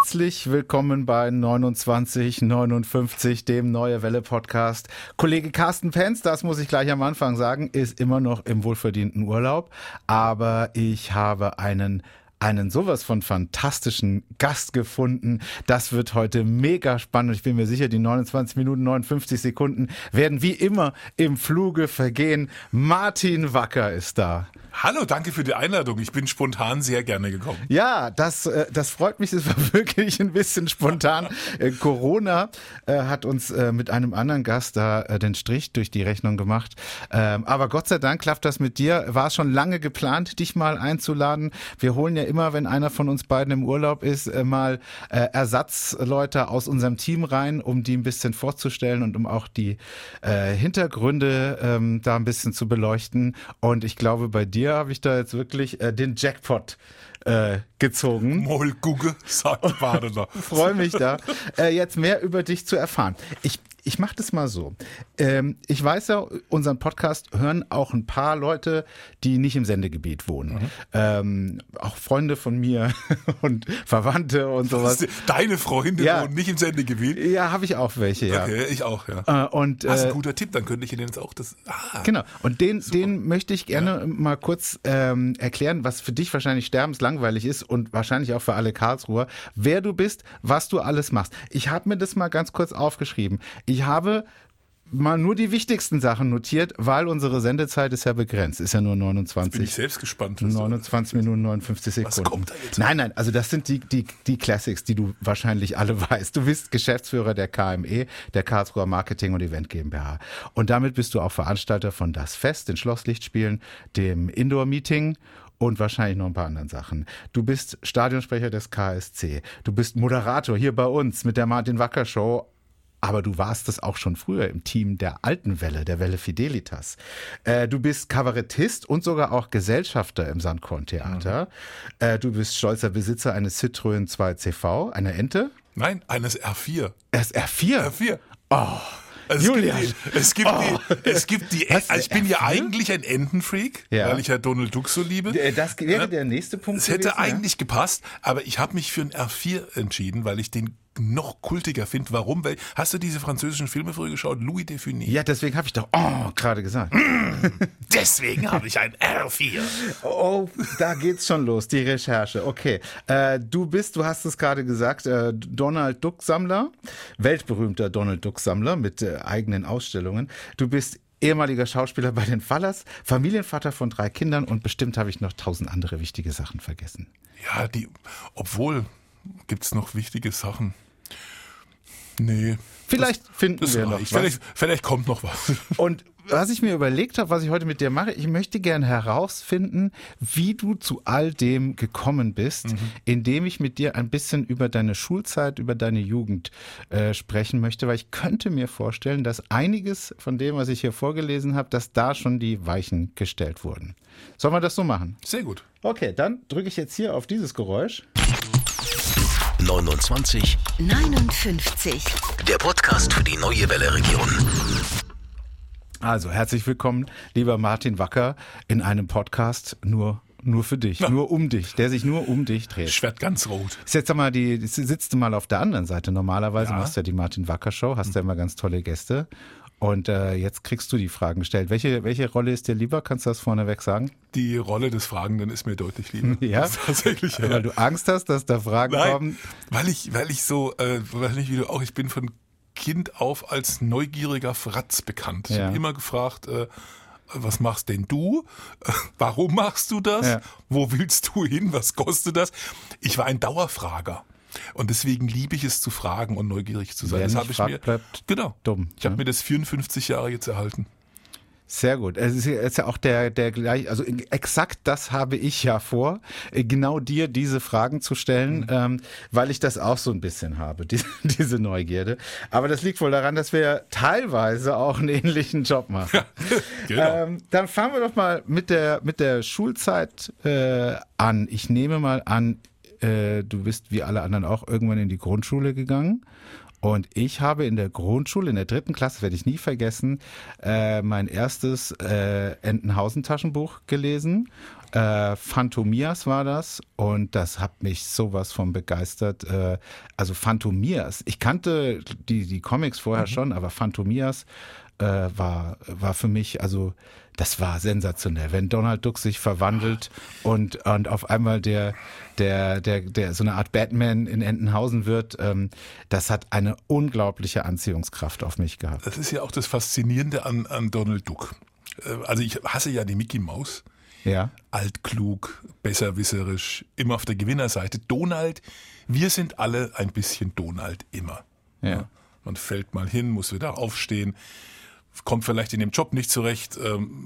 Herzlich willkommen bei 2959, dem Neue Welle Podcast. Kollege Carsten Penz, das muss ich gleich am Anfang sagen, ist immer noch im wohlverdienten Urlaub. Aber ich habe einen sowas von fantastischen Gast gefunden. Das wird heute mega spannend. Ich bin mir sicher, die 29 Minuten 59 Sekunden werden wie immer im Fluge vergehen. Martin Wacker ist da. Hallo, danke für die Einladung. Ich bin spontan sehr gerne gekommen. Ja, das freut mich. Es war wirklich ein bisschen spontan. Corona hat uns mit einem anderen Gast da den Strich durch die Rechnung gemacht. Aber Gott sei Dank klappt das mit dir. War es schon lange geplant, dich mal einzuladen. Wir holen ja immer, wenn einer von uns beiden im Urlaub ist, mal Ersatzleute aus unserem Team rein, um die ein bisschen vorzustellen und um auch die Hintergründe da ein bisschen zu beleuchten. Und ich glaube, bei dir habe ich da jetzt wirklich den Jackpot gezogen. Moll Gugge, sagt die Badener. Freue mich da, jetzt mehr über dich zu erfahren. Ich mache das mal so. Ich weiß ja, unseren Podcast hören auch ein paar Leute, die nicht im Sendegebiet wohnen. Auch Freunde von mir und Verwandte und sowas. Deine Freunde wohnen nicht im Sendegebiet? Ja, habe ich auch welche, ja. Okay, ich auch, ja. Das ist ein guter Tipp, dann könnte ich Ihnen jetzt auch das... Genau, und den möchte ich gerne mal kurz erklären, was für dich wahrscheinlich sterbenslangweilig ist und wahrscheinlich auch für alle Karlsruher, wer du bist, was du alles machst. Ich habe mir das mal ganz kurz aufgeschrieben. Ich habe mal nur die wichtigsten Sachen notiert, weil unsere Sendezeit ist ja begrenzt. Ist ja nur 29. Jetzt bin ich selbst gespannt. 29 Minuten, 59 Sekunden. Was kommt da jetzt? Nein, also das sind die Classics, die du wahrscheinlich alle weißt. Du bist Geschäftsführer der KME, der Karlsruher Marketing und Event GmbH. Und damit bist du auch Veranstalter von Das Fest, den Schlosslichtspielen, dem Indoor-Meeting und wahrscheinlich noch ein paar anderen Sachen. Du bist Stadionsprecher des KSC. Du bist Moderator hier bei uns mit der Martin Wacker Show. Aber du warst das auch schon früher im Team der alten Welle, der Welle Fidelitas. Du bist Kabarettist und sogar auch Gesellschafter im Sandkorn-Theater. Du bist stolzer Besitzer eines Citroën 2 CV, einer Ente. Nein, eines R4. R4? R4. Oh, Julian. Es gibt die also ich bin ja eigentlich ein Entenfreak, weil ich ja Donald Duck so liebe. Das wäre der nächste Punkt. Es hätte eigentlich gepasst, aber ich habe mich für einen R4 entschieden, weil ich den noch kultiger finde. Warum? Weil, hast du diese französischen Filme früher geschaut? Louis de Funès. Ja, deswegen habe ich doch gerade gesagt. Deswegen habe ich ein R4. Oh, da geht's schon los, die Recherche. Okay, du hast es gerade gesagt, Donald Duck Sammler, weltberühmter Donald Duck Sammler mit eigenen Ausstellungen. Du bist ehemaliger Schauspieler bei den Fallers, Familienvater von 3 Kindern und bestimmt habe ich noch 1000 andere wichtige Sachen vergessen. Ja, obwohl gibt's noch wichtige Sachen. Nee. Vielleicht finden wir noch was. Vielleicht kommt noch was. Und was ich mir überlegt habe, was ich heute mit dir mache, ich möchte gerne herausfinden, wie du zu all dem gekommen bist, indem ich mit dir ein bisschen über deine Schulzeit, über deine Jugend sprechen möchte, weil ich könnte mir vorstellen, dass einiges von dem, was ich hier vorgelesen habe, dass da schon die Weichen gestellt wurden. Sollen wir das so machen? Sehr gut. Okay, dann drücke ich jetzt hier auf dieses Geräusch. 29 59. Der Podcast für die Neue Welle Region. Also, herzlich willkommen, lieber Martin Wacker, in einem Podcast nur für dich, nur um dich, der sich nur um dich dreht. Ich werd ganz rot. Jetzt sitzt du mal auf der anderen Seite. Normalerweise machst du ja die Martin Wacker Show, hast ja immer ganz tolle Gäste. Und jetzt kriegst du die Fragen gestellt. Welche Rolle ist dir lieber? Kannst du das vorneweg sagen? Die Rolle des Fragenden ist mir deutlich lieber. Ja? Tatsächlich. Ja. Weil du Angst hast, dass da Fragen kommen? Weil ich so, weiß nicht wie du auch, ich bin von Kind auf als neugieriger Fratz bekannt. Ich habe immer gefragt, was machst denn du? Warum machst du das? Ja. Wo willst du hin? Was kostet das? Ich war ein Dauerfrager. Und deswegen liebe ich es zu fragen und neugierig zu sein. Wer das nicht habe ich fragt, mir bleibt dumm. Ich habe mir das 54 Jahre jetzt erhalten. Sehr gut. Es ist jetzt ja auch der gleich, also exakt das habe ich ja vor, genau dir diese Fragen zu stellen, weil ich das auch so ein bisschen habe, diese Neugierde. Aber das liegt wohl daran, dass wir teilweise auch einen ähnlichen Job machen. Ja, genau. Dann fangen wir doch mal mit der Schulzeit an. Ich nehme mal an, du bist wie alle anderen auch irgendwann in die Grundschule gegangen. Und ich habe in der Grundschule, in der 3. Klasse, werde ich nie vergessen, mein erstes Entenhausen-Taschenbuch gelesen. Phantomias war das und das hat mich sowas von begeistert. Also Phantomias, ich kannte die Comics vorher schon, aber Phantomias war für mich, also das war sensationell, wenn Donald Duck sich verwandelt und auf einmal der so eine Art Batman in Entenhausen wird, das hat eine unglaubliche Anziehungskraft auf mich gehabt. Das ist ja auch das Faszinierende an Donald Duck. Also ich hasse ja die Mickey Maus. Ja. Altklug, besserwisserisch, immer auf der Gewinnerseite. Donald, wir sind alle ein bisschen Donald immer. Ja. Man fällt mal hin, muss wieder aufstehen, kommt vielleicht in dem Job nicht zurecht.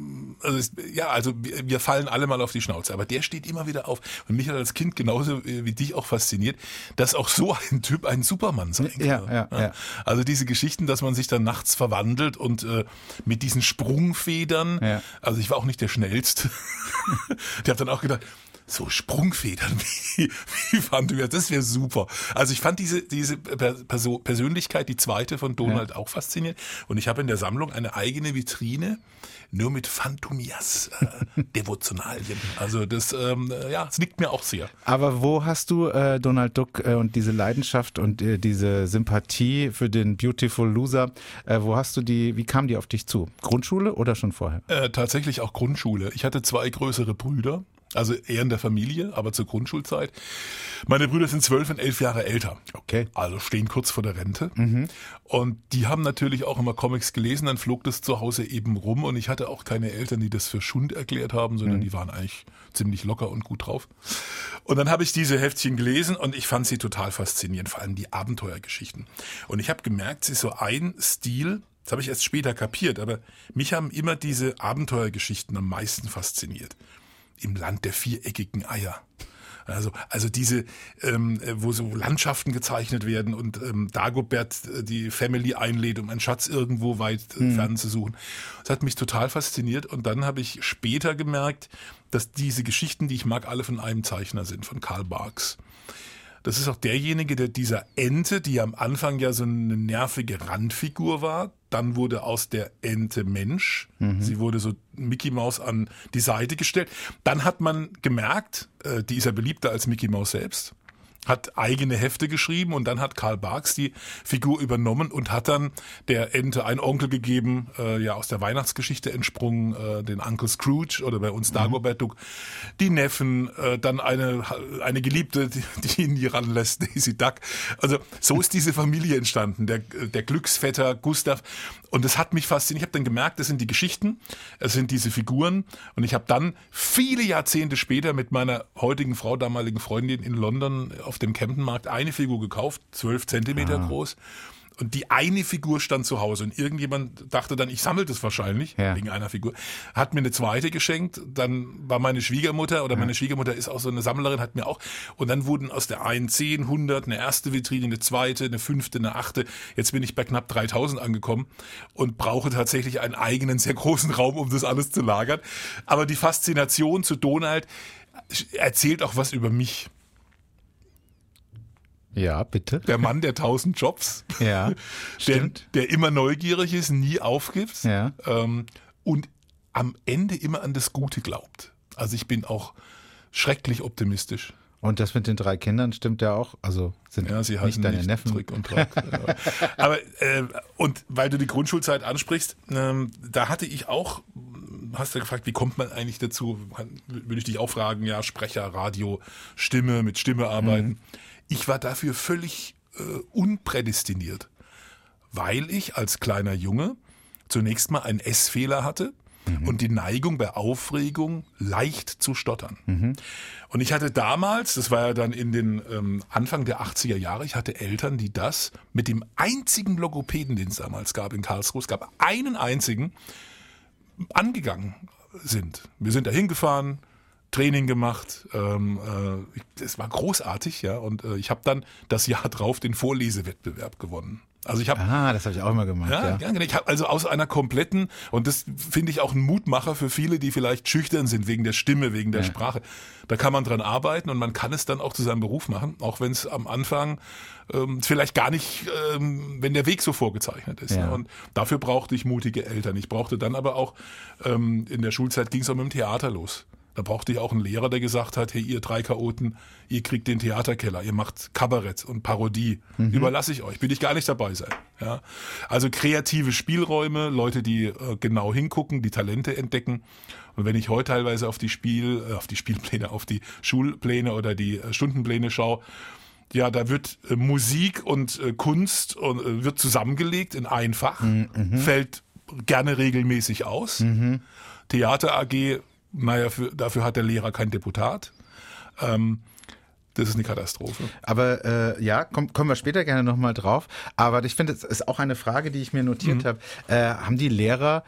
Also wir fallen alle mal auf die Schnauze. Aber der steht immer wieder auf. Und mich hat als Kind genauso wie dich auch fasziniert, dass auch so ein Typ ein Supermann sein kann. Ja. Also diese Geschichten, dass man sich dann nachts verwandelt und mit diesen Sprungfedern, also ich war auch nicht der Schnellste. Ich habe dann auch gedacht, so Sprungfedern, wie fand du das wäre super. Also ich fand diese Persönlichkeit, die zweite von Donald, auch faszinierend. Und ich habe in der Sammlung eine eigene Vitrine, nur mit Phantomias, Devotionalien. Also das liegt mir auch sehr. Aber wo hast du Donald Duck und diese Leidenschaft und diese Sympathie für den Beautiful Loser, wie kam die auf dich zu? Grundschule oder schon vorher? Tatsächlich auch Grundschule. Ich hatte 2 größere Brüder. Also eher in der Familie, aber zur Grundschulzeit. Meine Brüder sind 12 und 11 Jahre älter. Okay. Also stehen kurz vor der Rente. Und die haben natürlich auch immer Comics gelesen, dann flog das zu Hause eben rum und ich hatte auch keine Eltern, die das für Schund erklärt haben, sondern die waren eigentlich ziemlich locker und gut drauf. Und dann habe ich diese Heftchen gelesen und ich fand sie total faszinierend, vor allem die Abenteuergeschichten. Und ich habe gemerkt, sie ist so ein Stil, das habe ich erst später kapiert, aber mich haben immer diese Abenteuergeschichten am meisten fasziniert. Im Land der 4-eckigen Eier. Also diese, wo so Landschaften gezeichnet werden und Dagobert die Family einlädt, um einen Schatz irgendwo weit fern zu suchen. Das hat mich total fasziniert und dann habe ich später gemerkt, dass diese Geschichten, die ich mag, alle von einem Zeichner sind, von Carl Barks. Das ist auch derjenige, der dieser Ente, die am Anfang ja so eine nervige Randfigur war, dann wurde aus der Ente Mensch. Sie wurde so Mickey Maus an die Seite gestellt. Dann hat man gemerkt, die ist ja beliebter als Mickey Maus selbst, hat eigene Hefte geschrieben und dann hat Carl Barks die Figur übernommen und hat dann der Ente einen Onkel gegeben, aus der Weihnachtsgeschichte entsprungen, den Uncle Scrooge oder bei uns Dagobert Duck, die Neffen, dann eine Geliebte, die ihn nie ranlässt, Daisy Duck. Also so ist diese Familie entstanden, der Glücksvetter Gustav. Und das hat mich fasziniert. Ich habe dann gemerkt, das sind die Geschichten, es sind diese Figuren. Und ich habe dann viele Jahrzehnte später mit meiner heutigen Frau, damaligen Freundin in London auf dem Camdenmarkt eine Figur gekauft, 12 Zentimeter groß. Und die eine Figur stand zu Hause und irgendjemand dachte dann, ich sammle das wahrscheinlich, wegen einer Figur, hat mir eine zweite geschenkt, dann war meine Schwiegermutter ist auch so eine Sammlerin, hat mir auch, und dann wurden aus der einen 10, 100, eine erste Vitrine, eine zweite, eine 5., eine 8. Jetzt bin ich bei knapp 3000 angekommen und brauche tatsächlich einen eigenen, sehr großen Raum, um das alles zu lagern. Aber die Faszination zu Donald erzählt auch was über mich. Ja, bitte. Der Mann der 1000 Jobs. Ja, stimmt. Der immer neugierig ist, nie aufgibt. Ja. Und am Ende immer an das Gute glaubt. Also ich bin auch schrecklich optimistisch. Und das mit den 3 Kindern stimmt ja auch. Also sind sie nicht deine Neffen. Trick und Track. Aber und weil du die Grundschulzeit ansprichst, da hatte ich auch, hast du gefragt, wie kommt man eigentlich dazu? Würde ich dich auch fragen, ja, Sprecher, Radio, Stimme, mit Stimme arbeiten. Ich war dafür völlig unprädestiniert, weil ich als kleiner Junge zunächst mal einen S-Fehler hatte und die Neigung bei Aufregung leicht zu stottern. Und ich hatte damals, das war ja dann in den Anfang der 80er Jahre, ich hatte Eltern, die das mit dem einzigen Logopäden, den es damals gab in Karlsruhe, es gab einen einzigen, angegangen sind. Wir sind da hingefahren, Training gemacht, es war großartig, ja, und ich habe dann das Jahr drauf den Vorlesewettbewerb gewonnen. Also ich habe, das habe ich auch immer gemacht. Ja. Ich habe also aus einer kompletten, und das finde ich auch ein Mutmacher für viele, die vielleicht schüchtern sind wegen der Stimme, wegen der Sprache. Da kann man dran arbeiten und man kann es dann auch zu seinem Beruf machen, auch wenn es am Anfang vielleicht gar nicht, wenn der Weg so vorgezeichnet ist. Ja. Und dafür brauchte ich mutige Eltern. Ich brauchte dann aber auch, in der Schulzeit ging es auch mit dem Theater los. Da brauchte ich auch einen Lehrer, der gesagt hat, hey, ihr 3 Chaoten, ihr kriegt den Theaterkeller, ihr macht Kabarett und Parodie. Überlasse ich euch, will ich gar nicht dabei sein. Ja? Also kreative Spielräume, Leute, die genau hingucken, die Talente entdecken. Und wenn ich heute teilweise auf die Spielpläne, auf die Schulpläne oder die Stundenpläne schaue, ja, da wird Musik und Kunst wird zusammengelegt in ein Fach, fällt gerne regelmäßig aus. Theater AG, naja, dafür hat der Lehrer kein Deputat. Das ist eine Katastrophe. Aber kommen wir später gerne nochmal drauf. Aber ich finde, es ist auch eine Frage, die ich mir notiert habe. Haben die Lehrer,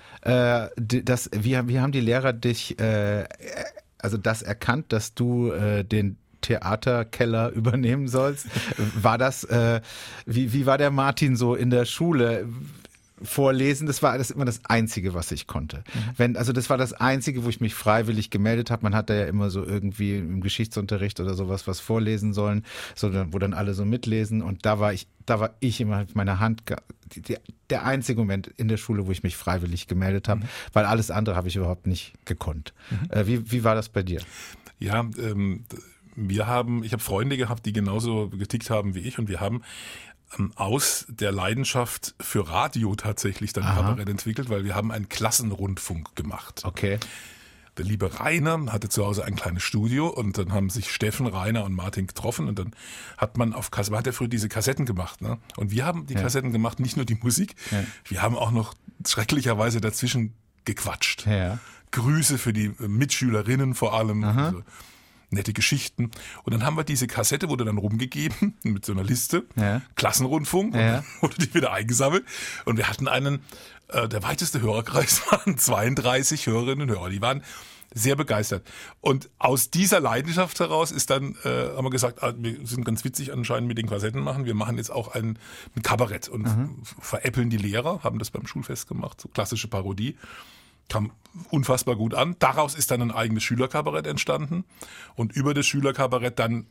wie haben die Lehrer dich, also das erkannt, dass du den Theaterkeller übernehmen sollst? War das, wie war der Martin so in der Schule? Vorlesen, das war immer das Einzige, was ich konnte. Das war das Einzige, wo ich mich freiwillig gemeldet habe. Man hat da ja immer so irgendwie im Geschichtsunterricht oder sowas was vorlesen sollen, wo dann alle so mitlesen. Und da war ich immer mit meiner Hand, der einzige Moment in der Schule, wo ich mich freiwillig gemeldet habe, weil alles andere habe ich überhaupt nicht gekonnt. Wie war das bei dir? Ja, ich habe Freunde gehabt, die genauso getickt haben wie ich, und wir haben aus der Leidenschaft für Radio tatsächlich dann Kabarett entwickelt, weil wir haben einen Klassenrundfunk gemacht. Okay. Der liebe Rainer hatte zu Hause ein kleines Studio und dann haben sich Steffen, Rainer und Martin getroffen und dann hat man hat er früher diese Kassetten gemacht, ne? Und wir haben die Kassetten gemacht, nicht nur die Musik, wir haben auch noch schrecklicherweise dazwischen gequatscht. Ja. Grüße für die Mitschülerinnen vor allem, also nette Geschichten. Und dann haben wir diese Kassette, wurde dann rumgegeben mit so einer Liste, Klassenrundfunk, wurde die wieder eingesammelt. Und wir hatten der weiteste Hörerkreis waren 32 Hörerinnen und Hörer. Die waren sehr begeistert. Und aus dieser Leidenschaft heraus ist dann, haben wir gesagt, wir sind ganz witzig anscheinend mit den Kassetten machen. Wir machen jetzt auch ein Kabarett und veräppeln die Lehrer, haben das beim Schulfest gemacht, so klassische Parodie. Kam unfassbar gut an. Daraus ist dann ein eigenes Schülerkabarett entstanden. Und über das Schülerkabarett dann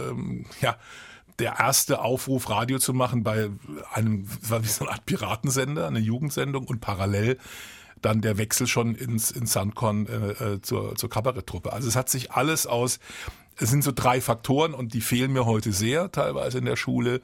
der erste Aufruf, Radio zu machen bei war wie so eine Art Piratensender, eine Jugendsendung, und parallel dann der Wechsel schon ins Sandkorn zur Kabaretttruppe. Also es hat sich alles es sind so 3 Faktoren und die fehlen mir heute sehr, teilweise in der Schule,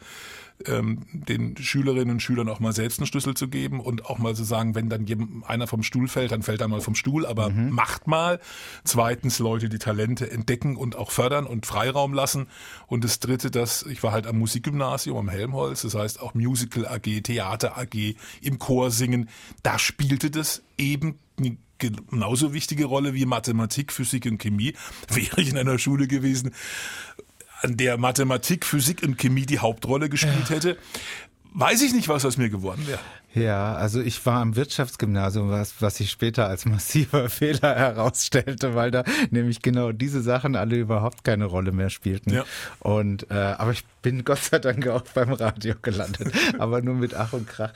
den Schülerinnen und Schülern auch mal selbst einen Schlüssel zu geben und auch mal zu sagen, wenn dann einer vom Stuhl fällt, dann fällt er mal vom Stuhl, aber macht mal. 2. Leute, die Talente entdecken und auch fördern und Freiraum lassen. Und das 3., ich war halt am Musikgymnasium am Helmholtz, das heißt auch Musical AG, Theater AG, im Chor singen. Da spielte das eben eine genauso wichtige Rolle wie Mathematik, Physik und Chemie. Wäre ich in einer Schule gewesen, an der Mathematik, Physik und Chemie die Hauptrolle gespielt hätte, weiß ich nicht, was aus mir geworden wäre. Ja, also ich war am Wirtschaftsgymnasium, was sich später als massiver Fehler herausstellte, weil da nämlich genau diese Sachen alle überhaupt keine Rolle mehr spielten. Ja. Und aber ich bin Gott sei Dank auch beim Radio gelandet, aber nur mit Ach und Krach.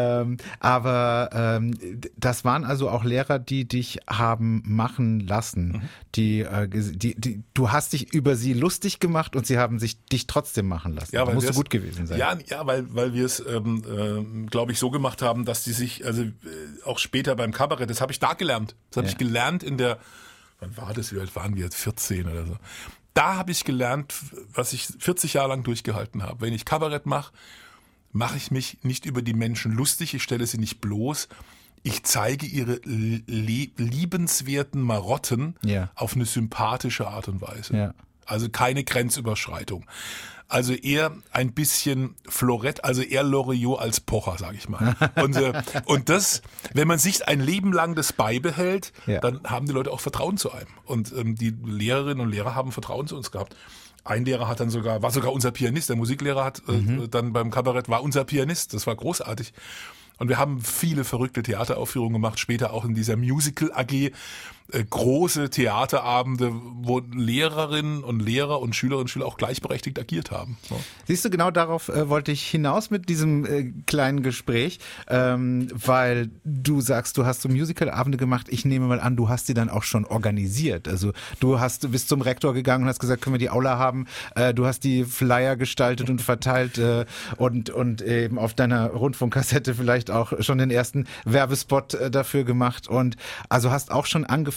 Aber das waren also auch Lehrer, die dich haben machen lassen. Du hast dich über sie lustig gemacht und sie haben dich trotzdem machen lassen. Ja, das muss gut gewesen sein. Ja, weil wir es, glaube ich, so gemacht haben, dass die sich, also auch später beim Kabarett, das habe ich da gelernt. Das habe ich gelernt wann war das? Wie alt waren wir? 14 oder so. Da habe ich gelernt, was ich 40 Jahre lang durchgehalten habe. Wenn ich Kabarett mache ich mich nicht über die Menschen lustig, ich stelle sie nicht bloß. Ich zeige ihre liebenswerten Marotten auf eine sympathische Art und Weise. Ja. Also keine Grenzüberschreitung. Also eher ein bisschen Florett, also eher Loriot als Pocher, sage ich mal. Und das, wenn man sich ein Leben lang das beibehält, dann haben die Leute auch Vertrauen zu einem. Und die Lehrerinnen und Lehrer haben Vertrauen zu uns gehabt. Ein Lehrer war sogar unser Pianist, der Musiklehrer dann beim Kabarett war unser Pianist. Das war großartig. Und wir haben viele verrückte Theateraufführungen gemacht, später auch in dieser Musical AG, große Theaterabende, wo Lehrerinnen und Lehrer und Schülerinnen und Schüler auch gleichberechtigt agiert haben. So. Siehst du, genau darauf wollte ich hinaus mit diesem kleinen Gespräch, weil du sagst, du hast so Musical-Abende gemacht. Ich nehme mal an, du hast die dann auch schon organisiert. Also du bist zum Rektor gegangen und hast gesagt, können wir die Aula haben? Du hast die Flyer gestaltet und verteilt und eben auf deiner Rundfunkkassette vielleicht auch schon den ersten Werbespot dafür gemacht und also hast auch schon angefangen,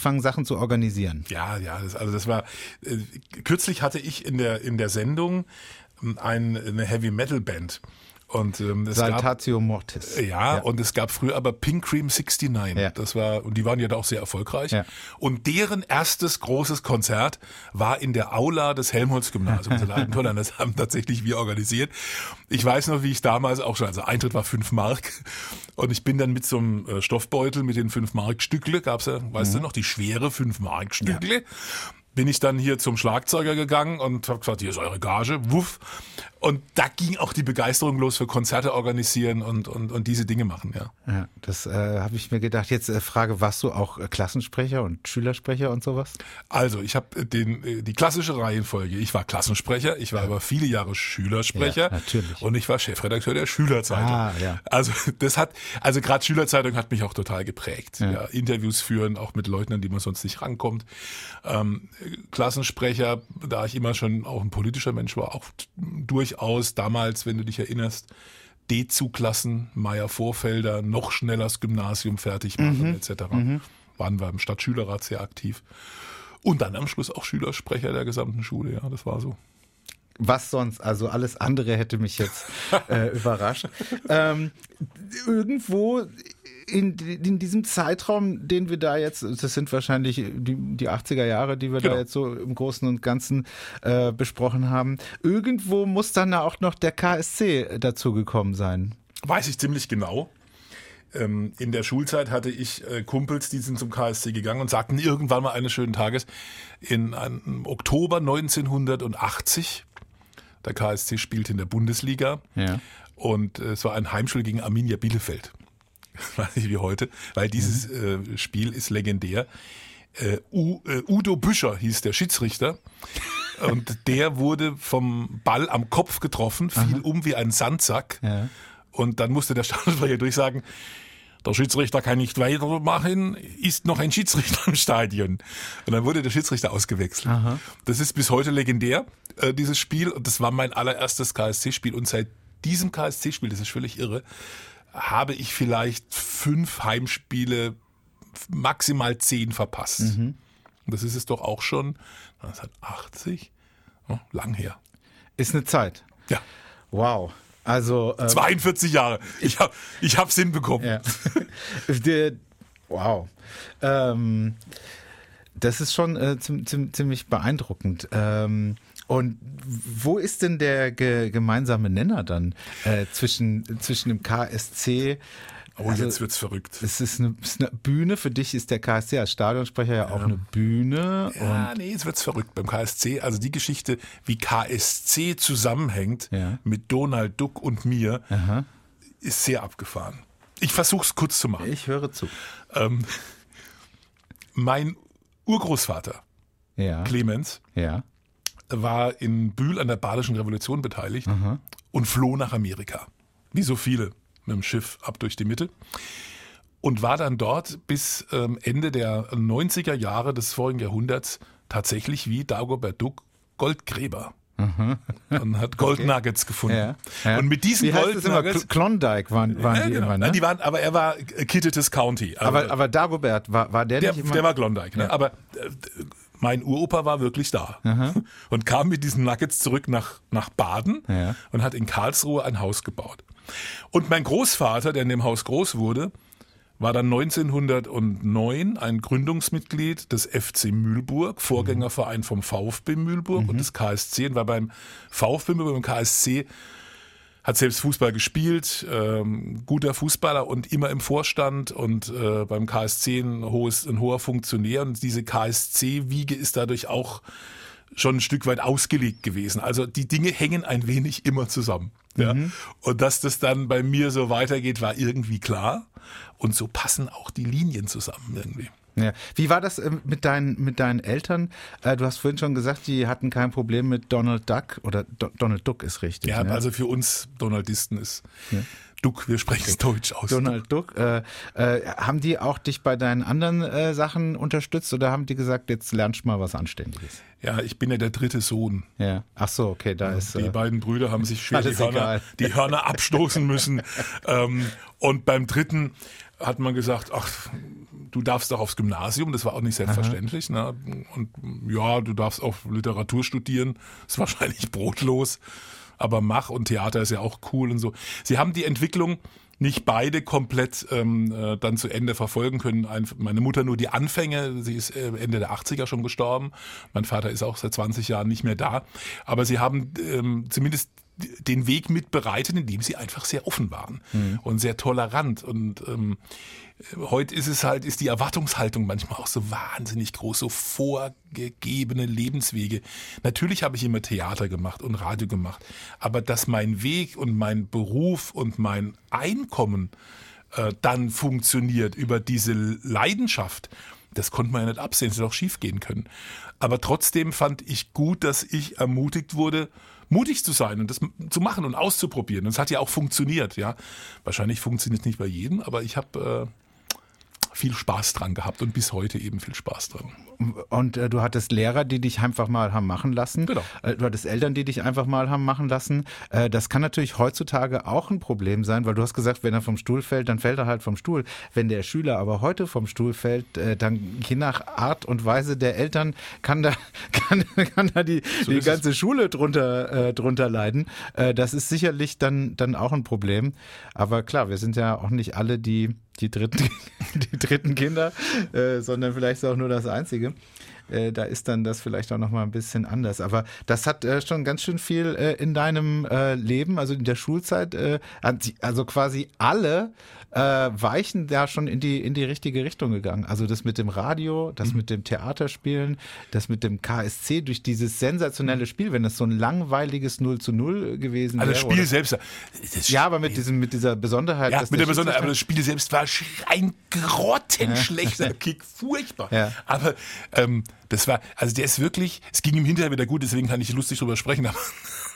angefangen, Sachen zu organisieren. Ja, das war, kürzlich hatte ich in der Sendung eine Heavy-Metal-Band. Und Saltatio Mortis. Ja, und es gab früher aber Pink Cream 69. Ja. Und die waren ja da auch sehr erfolgreich. Ja. Und deren erstes großes Konzert war in der Aula des Helmholtz-Gymnasiums in Altentollern. Das haben tatsächlich wir organisiert. Ich weiß noch, wie ich damals auch schon, also Eintritt war 5 Mark. Und ich bin dann mit so einem Stoffbeutel mit den 5 Mark Stückle, gab's ja, weißt du noch, die schwere 5 Mark Stückle. Ja. Bin ich dann hier zum Schlagzeuger gegangen und habe gesagt, hier ist eure Gage, wuff. Und da ging auch die Begeisterung los für Konzerte organisieren und diese Dinge machen, ja. Ja, das habe ich mir gedacht. Jetzt Frage, warst du auch Klassensprecher und Schülersprecher und sowas? Also, ich habe die klassische Reihenfolge. Ich war Klassensprecher, ich war aber viele Jahre Schülersprecher. Ja, natürlich. Und ich war Chefredakteur der Schülerzeitung. Ja. Also gerade Schülerzeitung hat mich auch total geprägt. Ja, Interviews führen, auch mit Leuten, an die man sonst nicht rankommt. Klassensprecher, da ich immer schon auch ein politischer Mensch war, auch durchaus damals, wenn du dich erinnerst, D-Zugklassen, Meyer-Vorfelder, noch schneller das Gymnasium fertig machen etc. Waren wir im Stadtschülerrat sehr aktiv. Und dann am Schluss auch Schülersprecher der gesamten Schule, ja, das war so. Was sonst? Also alles andere hätte mich jetzt überrascht. Irgendwo in diesem Zeitraum, den wir da jetzt, das sind wahrscheinlich die 80er Jahre, die wir da jetzt so im Großen und Ganzen besprochen haben, irgendwo muss dann auch noch der KSC dazugekommen sein. Weiß ich ziemlich genau. In der Schulzeit hatte ich Kumpels, die sind zum KSC gegangen und sagten irgendwann mal eines schönen Tages, in Oktober 1980, der KSC spielt in der Bundesliga und es war ein Heimspiel gegen Arminia Bielefeld. Weiß nicht wie heute, weil dieses Spiel ist legendär. Udo Büscher hieß der Schiedsrichter und der wurde vom Ball am Kopf getroffen, fiel um wie ein Sandsack und dann musste der Stadionsprecher durchsagen, der Schiedsrichter kann nicht weitermachen, ist noch ein Schiedsrichter im Stadion. Und dann wurde der Schiedsrichter ausgewechselt. Aha. Das ist bis heute legendär, dieses Spiel. Und das war mein allererstes KSC-Spiel. Und seit diesem KSC-Spiel, das ist völlig irre, habe ich vielleicht 5 Heimspiele, maximal 10 verpasst. Und das ist es doch auch schon 1980, lang her. Ist eine Zeit. Ja. Wow. Also 42 Jahre. Ich hab's hinbekommen. Ja. Wow. Das ist schon ziemlich beeindruckend. Und wo ist denn der gemeinsame Nenner dann zwischen dem KSC? Oh, also, jetzt wird's verrückt. Es ist eine Bühne. Für dich ist der KSC als Stadionsprecher ja auch eine Bühne. Ja, nee, jetzt wird's verrückt beim KSC. Also die Geschichte, wie KSC zusammenhängt mit Donald Duck und mir, ist sehr abgefahren. Ich versuch's kurz zu machen. Ich höre zu. Mein Urgroßvater, Clemens, war in Bühl an der Badischen Revolution beteiligt und floh nach Amerika. Wie so viele. Mit dem Schiff ab durch die Mitte und war dann dort bis Ende der 90er Jahre des vorigen Jahrhunderts tatsächlich wie Dagobert Duck Goldgräber. Und hat Goldnuggets gefunden. Ja. Und mit diesen Goldnuggets... Klondike waren die immer, ne? Aber er war Kittitas County. Aber Dagobert, war der nicht immer? Der war Klondike, ne? Aber mein Uropa war wirklich da und kam mit diesen Nuggets zurück nach Baden und hat in Karlsruhe ein Haus gebaut. Und mein Großvater, der in dem Haus groß wurde, war dann 1909 ein Gründungsmitglied des FC Mühlburg, Vorgängerverein vom VfB Mühlburg und des KSC und war beim VfB Mühlburg und beim KSC, hat selbst Fußball gespielt, guter Fußballer und immer im Vorstand und beim KSC ein hoher Funktionär und diese KSC-Wiege ist dadurch auch schon ein Stück weit ausgelegt gewesen. Also die Dinge hängen ein wenig immer zusammen. Ja. Und dass das dann bei mir so weitergeht, war irgendwie klar. Und so passen auch die Linien zusammen irgendwie. Ja. Wie war das mit deinen Eltern? Du hast vorhin schon gesagt, die hatten kein Problem mit Donald Duck oder Donald Duck ist richtig. Ja, also für uns Donaldisten ist Duck, wir sprechen es deutsch aus. Donald Duck. Haben die auch dich bei deinen anderen Sachen unterstützt oder haben die gesagt, jetzt lernst du mal was Anständiges? Ja, ich bin ja der 3. Sohn. Ja. Ach so, okay, da ist... Die beiden Brüder haben sich schwer die Hörner abstoßen müssen. Und beim 3. hat man gesagt, ach, Du darfst auch aufs Gymnasium, das war auch nicht selbstverständlich. Ne? Und ja, du darfst auch Literatur studieren, ist wahrscheinlich brotlos, aber mach, und Theater ist ja auch cool und so. Sie haben die Entwicklung nicht beide komplett dann zu Ende verfolgen können. Meine Mutter nur die Anfänge, sie ist Ende der 80er schon gestorben. Mein Vater ist auch seit 20 Jahren nicht mehr da. Aber sie haben zumindest den Weg mit bereitet, indem sie einfach sehr offen waren und sehr tolerant. Und heute ist die Erwartungshaltung manchmal auch so wahnsinnig groß, so vorgegebene Lebenswege. Natürlich habe ich immer Theater gemacht und Radio gemacht, aber dass mein Weg und mein Beruf und mein Einkommen dann funktioniert über diese Leidenschaft, das konnte man ja nicht absehen, es hätte auch schief gehen können. Aber trotzdem fand ich gut, dass ich ermutigt wurde, mutig zu sein und das zu machen und auszuprobieren. Und es hat ja auch funktioniert, ja. Wahrscheinlich funktioniert es nicht bei jedem, aber ich habe viel Spaß dran gehabt und bis heute eben viel Spaß dran. Und du hattest Lehrer, die dich einfach mal haben machen lassen. Genau. Du hattest Eltern, die dich einfach mal haben machen lassen. Das kann natürlich heutzutage auch ein Problem sein, weil du hast gesagt, wenn er vom Stuhl fällt, dann fällt er halt vom Stuhl. Wenn der Schüler aber heute vom Stuhl fällt, dann je nach Art und Weise der Eltern kann da die ganze Schule drunter leiden. Das ist sicherlich dann auch ein Problem. Aber klar, wir sind ja auch nicht alle die dritten Kinder, sondern vielleicht auch nur das einzige. Da ist dann das vielleicht auch nochmal ein bisschen anders. Aber das hat schon ganz schön viel in deinem Leben, also in der Schulzeit, also quasi alle Weichen da schon in die richtige Richtung gegangen. Also das mit dem Radio, das mit dem Theaterspielen, das mit dem KSC, durch dieses sensationelle Spiel, wenn das so ein langweiliges 0:0 gewesen wäre. Also das Spiel selbst. Ja, aber mit dieser Besonderheit. Ja, mit der Besonderheit, aber das Spiel selbst war ein grottenschlechter Kick, furchtbar. Ja. Aber das war, also der ist wirklich, es ging ihm hinterher wieder gut, deswegen kann ich lustig drüber sprechen, aber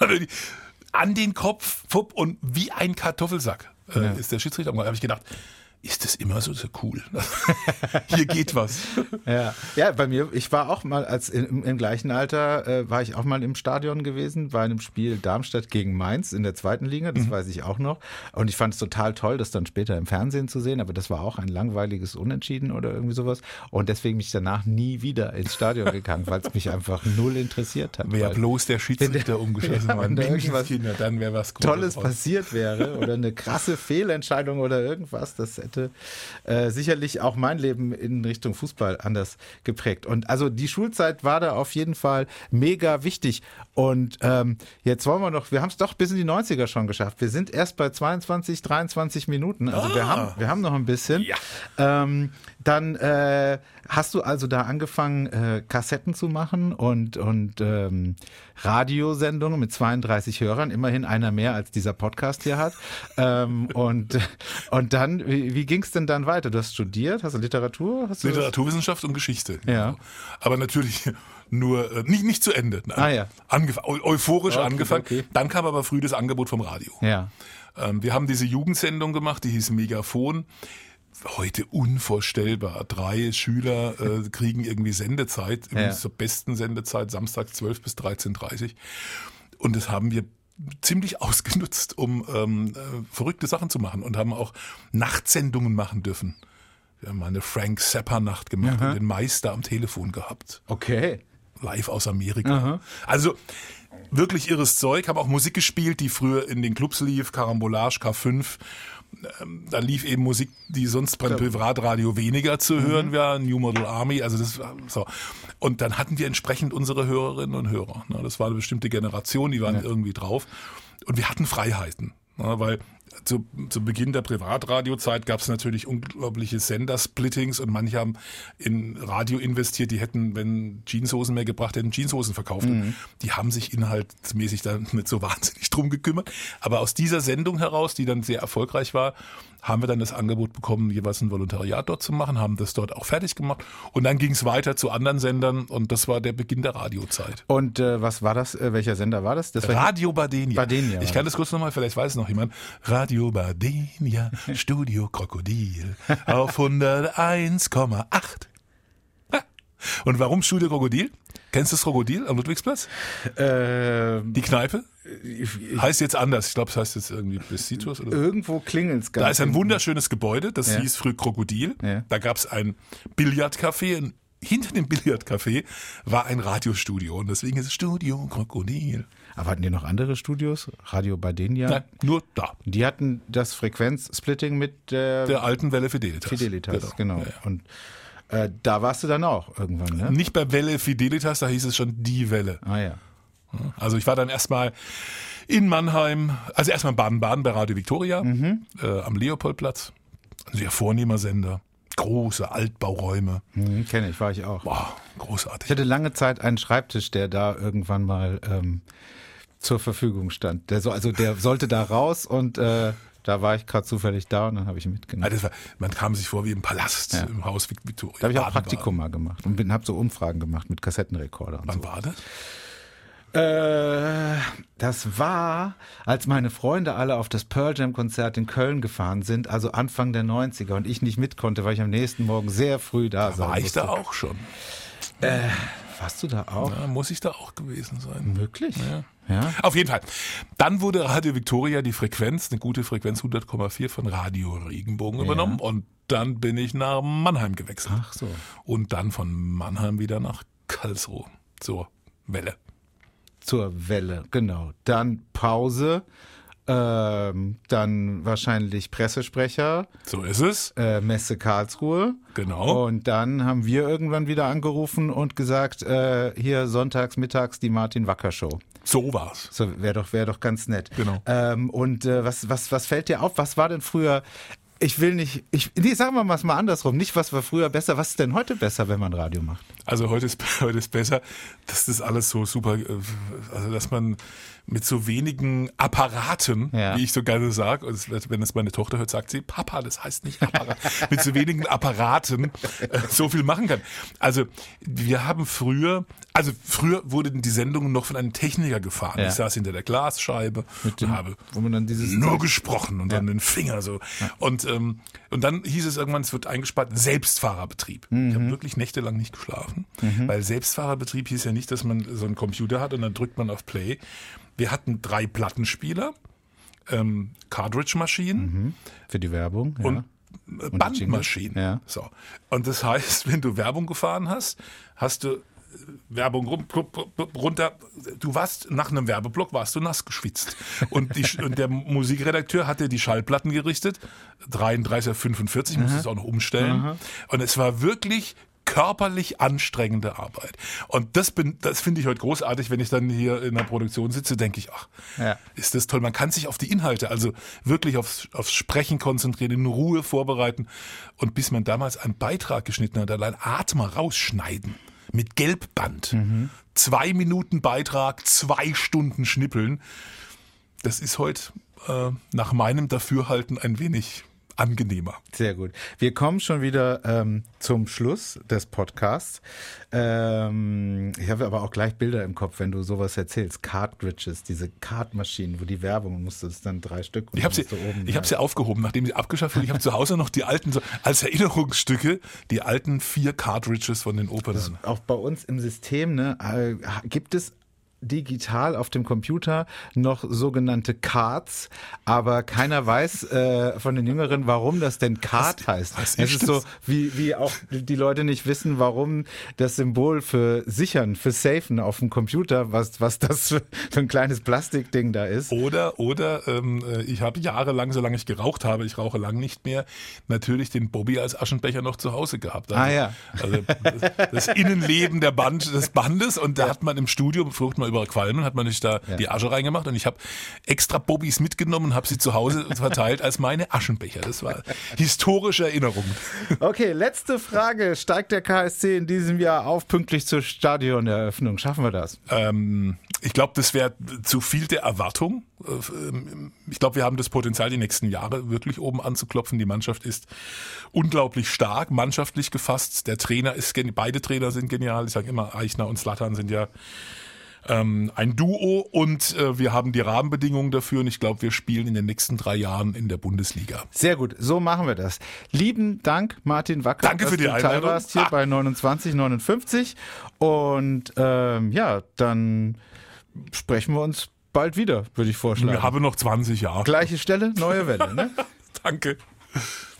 an den Kopf, fupp, und wie ein Kartoffelsack ist der Schiedsrichter. Da habe ich gedacht, ist das immer so cool? Hier geht was. Ja, bei mir, ich war auch mal, im gleichen Alter, war ich auch mal im Stadion gewesen, bei einem Spiel Darmstadt gegen Mainz in der 2. Liga, das weiß ich auch noch. Und ich fand es total toll, das dann später im Fernsehen zu sehen, aber das war auch ein langweiliges Unentschieden oder irgendwie sowas. Und deswegen bin ich danach nie wieder ins Stadion gegangen, weil es mich einfach null interessiert hat. Wäre bloß der Schiedsrichter umgeschossen worden. Dann wäre was Tolles passiert wäre oder eine krasse Fehlentscheidung oder irgendwas, das hätte sicherlich auch mein Leben in Richtung Fußball anders geprägt. Und also die Schulzeit war da auf jeden Fall mega wichtig. Und jetzt wollen wir haben es doch bis in die 90er schon geschafft. Wir sind erst bei 22, 23 Minuten. Also wir haben noch ein bisschen. Ja. Dann hast du also da angefangen, Kassetten zu machen und Radiosendungen mit 32 Hörern, immerhin einer mehr als dieser Podcast hier hat. Und dann, wie ging es denn dann weiter? Du hast studiert, hast du Literatur? Literaturwissenschaft und Geschichte. Ja. Aber natürlich nur nicht zu Ende. Ja. Euphorisch angefangen. Okay. Dann kam aber früh das Angebot vom Radio. Ja. Wir haben diese Jugendsendung gemacht, die hieß Megafon. Heute unvorstellbar. 3 Schüler kriegen irgendwie Sendezeit, übrigens zur besten Sendezeit, Samstag 12 bis 13:30 Uhr. Und das haben wir ziemlich ausgenutzt, um verrückte Sachen zu machen, und haben auch Nachtsendungen machen dürfen. Wir haben mal eine Frank Zappa-Nacht gemacht und den Meister am Telefon gehabt. Okay. Live aus Amerika. Also wirklich irres Zeug. Haben auch Musik gespielt, die früher in den Clubs lief, Karambolage, K5. Da lief eben Musik, die sonst beim Privatradio weniger zu hören war, New Model Army, also das war so. Und dann hatten wir entsprechend unsere Hörerinnen und Hörer. Das war eine bestimmte Generation, die waren irgendwie drauf. Und wir hatten Freiheiten, weil zu Beginn der Privatradiozeit gab es natürlich unglaubliche Sendersplittings und manche haben in Radio investiert, die hätten, wenn Jeanshosen mehr gebracht hätten, Jeanshosen verkauft. Die haben sich inhaltsmäßig da nicht so wahnsinnig drum gekümmert. Aber aus dieser Sendung heraus, die dann sehr erfolgreich war, haben wir dann das Angebot bekommen, jeweils ein Volontariat dort zu machen, haben das dort auch fertig gemacht und dann ging es weiter zu anderen Sendern und das war der Beginn der Radiozeit. Und was war das? Welcher Sender war das? Das war Radio Bardenia. Ich kann das kurz nochmal, vielleicht weiß es noch jemand. Radio Bardenia, Studio Krokodil auf 101,8. Und warum Studio Krokodil? Kennst du das Krokodil am Ludwigsplatz? Die Kneipe? Heißt jetzt anders. Ich glaube, es heißt jetzt irgendwie Besitos oder so. Irgendwo klingelt's ganz. Da ist ein wunderschönes Gebäude, das hieß früher Krokodil. Ja. Da gab es ein Billardcafé und hinter dem Billardcafé war ein Radiostudio und deswegen ist es Studio Krokodil. Aber hatten die noch andere Studios? Radio Badenia? Nein, nur da. Die hatten das Frequenzsplitting mit der alten Welle Fidelitas. Genau. Ja, ja. Und da warst du dann auch irgendwann, ne? Nicht bei Welle Fidelitas, da hieß es schon die Welle. Ah ja. Also ich war dann erstmal in Mannheim, also erstmal in Baden-Baden bei Radio Victoria, am Leopoldplatz. Ein sehr vornehmer Sender. Große Altbauräume. Kenne ich, war ich auch. Boah, großartig. Ich hatte lange Zeit einen Schreibtisch, der da irgendwann mal zur Verfügung stand. Der sollte da raus und da war ich gerade zufällig da und dann habe ich ihn mitgenommen. Also man kam sich vor wie im Palast im Haus Victoria. Da habe ich auch Praktikum mal gemacht und habe so Umfragen gemacht mit Kassettenrekorder. Wann war das? Das war, als meine Freunde alle auf das Pearl Jam Konzert in Köln gefahren sind, also Anfang der 90er und ich nicht mit konnte, weil ich am nächsten Morgen sehr früh da sein musste. War ich da auch schon? Warst du da auch? Ja, muss ich da auch gewesen sein. Möglich? Ja. Auf jeden Fall. Dann wurde Radio Victoria die Frequenz, eine gute Frequenz 100,4 von Radio Regenbogen übernommen und dann bin ich nach Mannheim gewechselt. Ach so. Und dann von Mannheim wieder nach Karlsruhe zur Welle. Zur Welle, genau. Dann Pause, dann wahrscheinlich Pressesprecher. So ist es. Messe Karlsruhe. Genau. Und dann haben wir irgendwann wieder angerufen und gesagt, hier sonntags, mittags die Martin Wacker Show. So war's. So, wär doch ganz nett. Genau. Was fällt dir auf? Was war denn früher? Sagen wir mal andersrum. Nicht, was war früher besser. Was ist denn heute besser, wenn man Radio macht? Also heute ist besser, dass das alles so super, also dass man mit so wenigen Apparaten, wie ich so gerne sage, wenn es meine Tochter hört, sagt sie, Papa, das heißt nicht Apparat, mit so wenigen Apparaten so viel machen kann. Also wir haben früher wurden die Sendungen noch von einem Techniker gefahren. Ich saß hinter der Glasscheibe und habe nur gesprochen und dann den Finger so. Ja. Und dann hieß es irgendwann, es wird eingespart, Selbstfahrerbetrieb. Ich habe wirklich nächtelang nicht geschlafen, weil Selbstfahrerbetrieb hieß ja nicht, dass man so einen Computer hat und dann drückt man auf Play. Wir hatten 3 Plattenspieler, Cartridge-Maschinen. Für die Werbung, und Bandmaschinen. Ja. So. Und das heißt, wenn du Werbung gefahren hast, hast du Werbung runter, du warst nach einem Werbeblock nass geschwitzt. Und der Musikredakteur hatte die Schallplatten gerichtet, 33er, 45, musste es auch noch umstellen. Und es war wirklich körperlich anstrengende Arbeit. Und das finde ich heute großartig, wenn ich dann hier in der Produktion sitze, denke ich, ist das toll. Man kann sich auf die Inhalte, also wirklich aufs Sprechen konzentrieren, in Ruhe vorbereiten. Und bis man damals einen Beitrag geschnitten hat, allein Atmer rausschneiden. Mit Gelbband. 2 Minuten Beitrag, 2 Stunden schnippeln. Das ist heute nach meinem Dafürhalten ein wenig angenehmer. Sehr gut. Wir kommen schon wieder zum Schluss des Podcasts. Ich habe aber auch gleich Bilder im Kopf, wenn du sowas erzählst. Cartridges, diese Kartmaschinen, wo die Werbung, musstest dann 3 Stück. Und ich habe sie aufgehoben, nachdem sie abgeschafft wurde. Ich habe zu Hause noch die alten, so als Erinnerungsstücke, die alten 4 Cartridges von den Opern. Auch bei uns im System, gibt es digital auf dem Computer noch sogenannte Cards, aber keiner weiß von den Jüngeren, warum das denn Card heißt. Es ist so, wie auch die Leute nicht wissen, warum das Symbol für sichern, für safen auf dem Computer, was das für ein kleines Plastikding da ist. Oder ich habe jahrelang, solange ich geraucht habe, ich rauche lang nicht mehr, natürlich den Bobby als Aschenbecher noch zu Hause gehabt. Also das Innenleben des Bandes und da hat man im Studio, versucht man über Qualmen, hat man nicht da die Asche reingemacht und ich habe extra Bobbys mitgenommen und habe sie zu Hause verteilt als meine Aschenbecher. Das war historische Erinnerung. Okay, letzte Frage. Steigt der KSC in diesem Jahr auf, pünktlich zur Stadioneröffnung? Schaffen wir das? Ich glaube, das wäre zu viel der Erwartung. Ich glaube, wir haben das Potenzial, die nächsten Jahre wirklich oben anzuklopfen. Die Mannschaft ist unglaublich stark, mannschaftlich gefasst. Der Trainer beide Trainer sind genial. Ich sage immer, Eichner und Zlatan sind ja ein Duo und wir haben die Rahmenbedingungen dafür und ich glaube, wir spielen in den nächsten 3 Jahren in der Bundesliga. Sehr gut, so machen wir das. Lieben Dank, Martin Wacker, Danke für die dass du Einladung. Teil warst hier bei 2959 und dann sprechen wir uns bald wieder, würde ich vorschlagen. Wir haben noch 20 Jahre. Gleiche Stelle, neue Welle, ne? Danke.